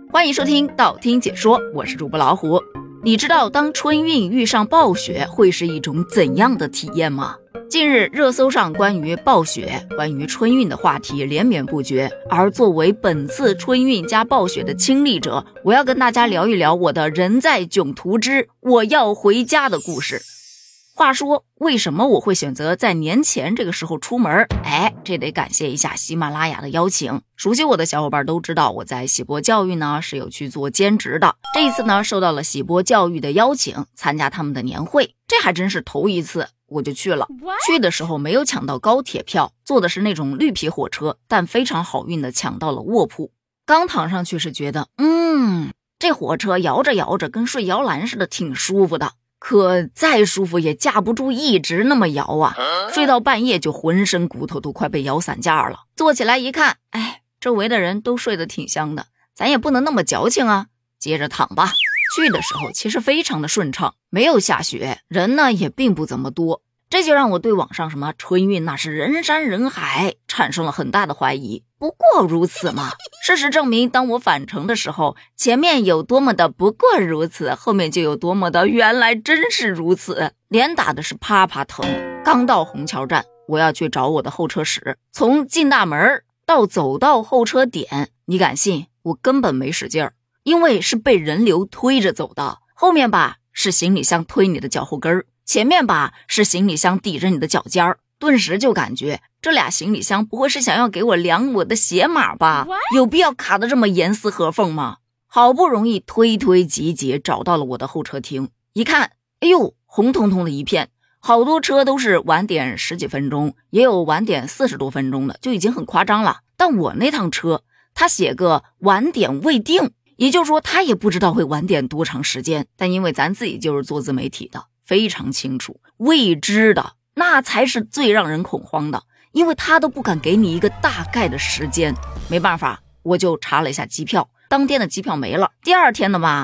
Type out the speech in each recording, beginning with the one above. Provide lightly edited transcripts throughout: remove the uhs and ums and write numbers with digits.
欢迎收听道听解说，我是主播老虎。你知道当春运遇上暴雪会是一种怎样的体验吗？近日热搜上关于暴雪、关于春运的话题连绵不绝，而作为本次春运加暴雪的亲历者，我要跟大家聊一聊我的人在囧途之我要回家的故事。话说为什么我会选择在年前这个时候出门？这得感谢一下喜马拉雅的邀请。熟悉我的小伙伴都知道，我在喜播教育呢是有去做兼职的。这一次呢受到了喜播教育的邀请，参加他们的年会，这还真是头一次，我就去了。去的时候没有抢到高铁票，坐的是那种绿皮火车，但非常好运的抢到了卧铺。刚躺上去是觉得这火车摇着摇着跟睡摇篮似的，挺舒服的。可再舒服也架不住一直那么摇啊，睡到半夜就浑身骨头都快被摇散架了。坐起来一看，周围的人都睡得挺香的，咱也不能那么矫情啊，接着躺吧。去的时候其实非常的顺畅，没有下雪，人呢也并不怎么多，这就让我对网上什么春运那是人山人海产生了很大的怀疑。不过如此嘛，事实证明，当我返程的时候，前面有多么的不过如此，后面就有多么的原来真是如此，脸打的是啪啪疼。刚到虹桥站，我要去找我的候车室，从进大门到走到候车点，你敢信我根本没使劲儿，因为是被人流推着走的。后面吧是行李箱推你的脚后跟，前面吧是行李箱抵着你的脚尖儿，顿时就感觉这俩行李箱不会是想要给我量我的鞋码吧？有必要卡得这么严丝合缝吗？好不容易推挤挤找到了我的候车厅，一看，红彤彤的一片，好多车都是晚点10几分钟，也有晚点40多分钟的，就已经很夸张了。但我那趟车他写个晚点未定，也就是说他也不知道会晚点多长时间，但因为咱自己就是做自媒体的，非常清楚未知的那才是最让人恐慌的，因为他都不敢给你一个大概的时间。没办法，我就查了一下机票，当天的机票没了，第二天的嘛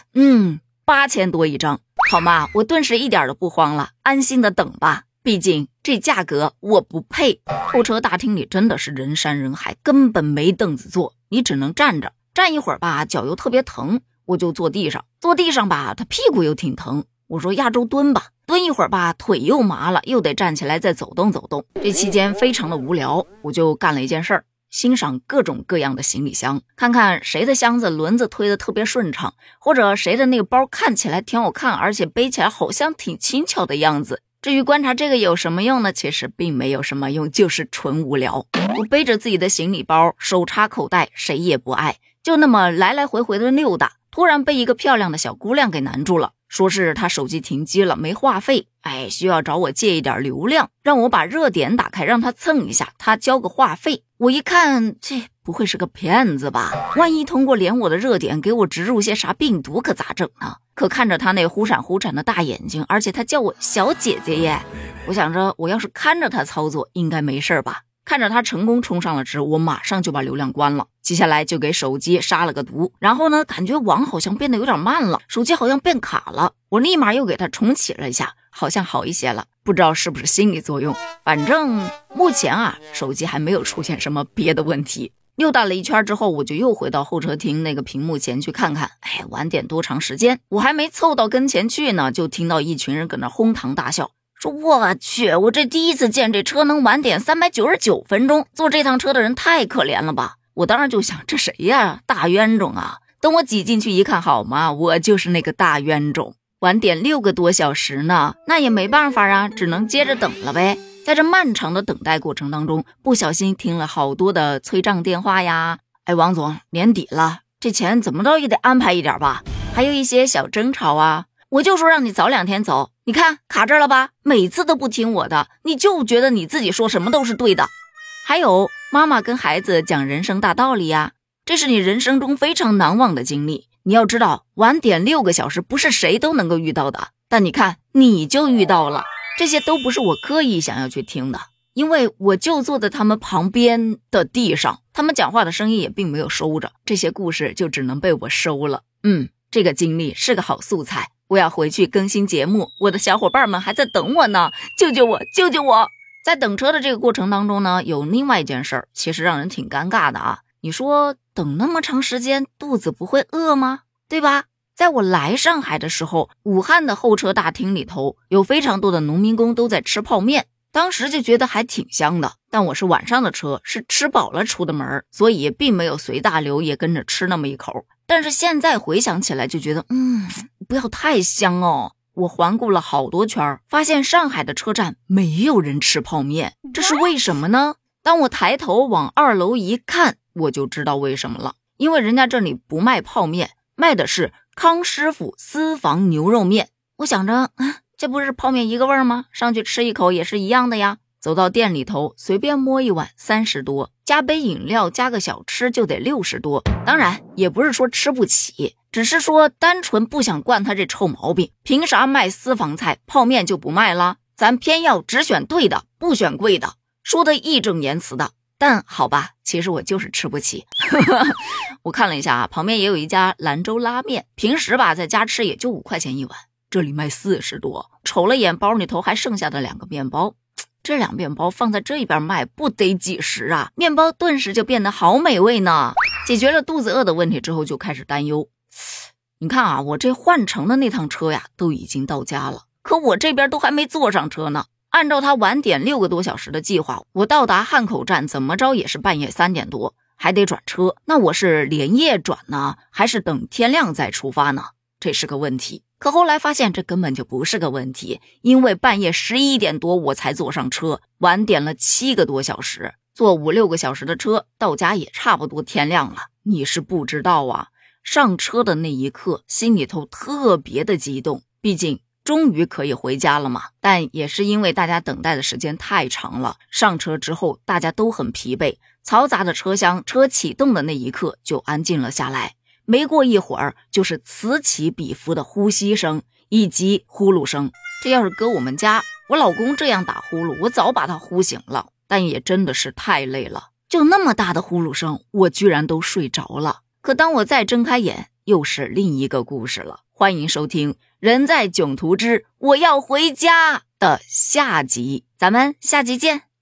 ，8000多一张。好嘛，我顿时一点都不慌了，安心的等吧，毕竟这价格我不配。候车大厅里真的是人山人海，根本没凳子坐，你只能站着，站一会儿吧脚又特别疼，我就坐地上吧他屁股又挺疼，我说亚洲蹲吧，蹲一会儿吧腿又麻了，又得站起来再走动走动。这期间非常的无聊，我就干了一件事儿，欣赏各种各样的行李箱，看看谁的箱子轮子推得特别顺畅，或者谁的那个包看起来挺好看，而且背起来好像挺轻巧的样子。至于观察这个有什么用呢？其实并没有什么用，就是纯无聊。我背着自己的行李包，手插口袋，谁也不爱，就那么来来回回的溜达，突然被一个漂亮的小姑娘给难住了，说是她手机停机了，没话费，需要找我借一点流量，让我把热点打开，让她蹭一下，她交个话费。我一看，这不会是个骗子吧？万一通过连我的热点给我植入些啥病毒可咋整呢？可看着她那忽闪忽闪的大眼睛，而且她叫我小姐姐耶，我想着我要是看着她操作应该没事吧。看着她成功冲上了值，我马上就把流量关了，接下来就给手机杀了个毒，然后呢感觉网好像变得有点慢了，手机好像变卡了，我立马又给它重启了一下，好像好一些了，不知道是不是心理作用，反正目前手机还没有出现什么别的问题。溜达了一圈之后，我就又回到候车厅那个屏幕前去看看，晚点多长时间。我还没凑到跟前去呢，就听到一群人搁那哄堂大笑，说我去，我这第一次见这车能晚点399分钟，坐这趟车的人太可怜了吧。我当时就想，这谁呀，大冤种啊。等我挤进去一看，好吗，我就是那个大冤种，晚点6个多小时呢，那也没办法啊，只能接着等了呗。在这漫长的等待过程当中，不小心听了好多的催账电话呀，王总年底了，这钱怎么着也得安排一点吧，还有一些小争吵啊，我就说让你早2天走，你看卡这儿了吧，每次都不听我的，你就觉得你自己说什么都是对的。还有妈妈跟孩子讲人生大道理呀，这是你人生中非常难忘的经历，你要知道晚点6个小时不是谁都能够遇到的，但你看你就遇到了。这些都不是我刻意想要去听的，因为我就坐在他们旁边的地上，他们讲话的声音也并没有收着，这些故事就只能被我收了。这个经历是个好素材，我要回去更新节目，我的小伙伴们还在等我呢，救救我，救救我！在等车的这个过程当中呢，有另外一件事儿，其实让人挺尴尬的啊。你说等那么长时间肚子不会饿吗？对吧？在我来上海的时候，武汉的候车大厅里头有非常多的农民工都在吃泡面，当时就觉得还挺香的，但我是晚上的车，是吃饱了出的门，所以并没有随大流也跟着吃那么一口。但是现在回想起来就觉得不要太香哦。我环顾了好多圈，发现上海的车站没有人吃泡面，这是为什么呢？当我抬头往2楼一看，我就知道为什么了。因为人家这里不卖泡面，卖的是康师傅私房牛肉面。我想着这不是泡面一个味儿吗？上去吃一口也是一样的呀。走到店里头，随便摸一碗30多，加杯饮料加个小吃就得60多。当然也不是说吃不起，只是说单纯不想惯他这臭毛病。凭啥卖私房菜泡面就不卖了？咱偏要只选对的，不选贵的，说的义正言辞的。但好吧，其实我就是吃不起。我看了一下旁边也有一家兰州拉面，平时吧在家吃也就5块钱一碗，这里卖40多。瞅了眼包里头还剩下的2个面包，这2面包放在这边卖不得几十啊，面包顿时就变得好美味呢。解决了肚子饿的问题之后，就开始担忧。你看我这换乘的那趟车呀都已经到家了，可我这边都还没坐上车呢。按照他晚点6个多小时的计划，我到达汉口站怎么着也是半夜3点多，还得转车。那我是连夜转呢，还是等天亮再出发呢？这是个问题。可后来发现这根本就不是个问题，因为半夜11点多我才坐上车，晚点了7个多小时，坐5、6个小时的车，到家也差不多天亮了。你是不知道啊，上车的那一刻心里头特别的激动，毕竟终于可以回家了嘛。但也是因为大家等待的时间太长了，上车之后大家都很疲惫，嘈杂的车厢，车启动的那一刻就安静了下来。没过一会儿就是此起彼伏的呼吸声以及呼噜声。这要是搁我们家，我老公这样打呼噜，我早把他呼醒了，但也真的是太累了，就那么大的呼噜声，我居然都睡着了。可当我再睁开眼，又是另一个故事了。欢迎收听《人在囧途之我要回家》的下集，咱们下集见。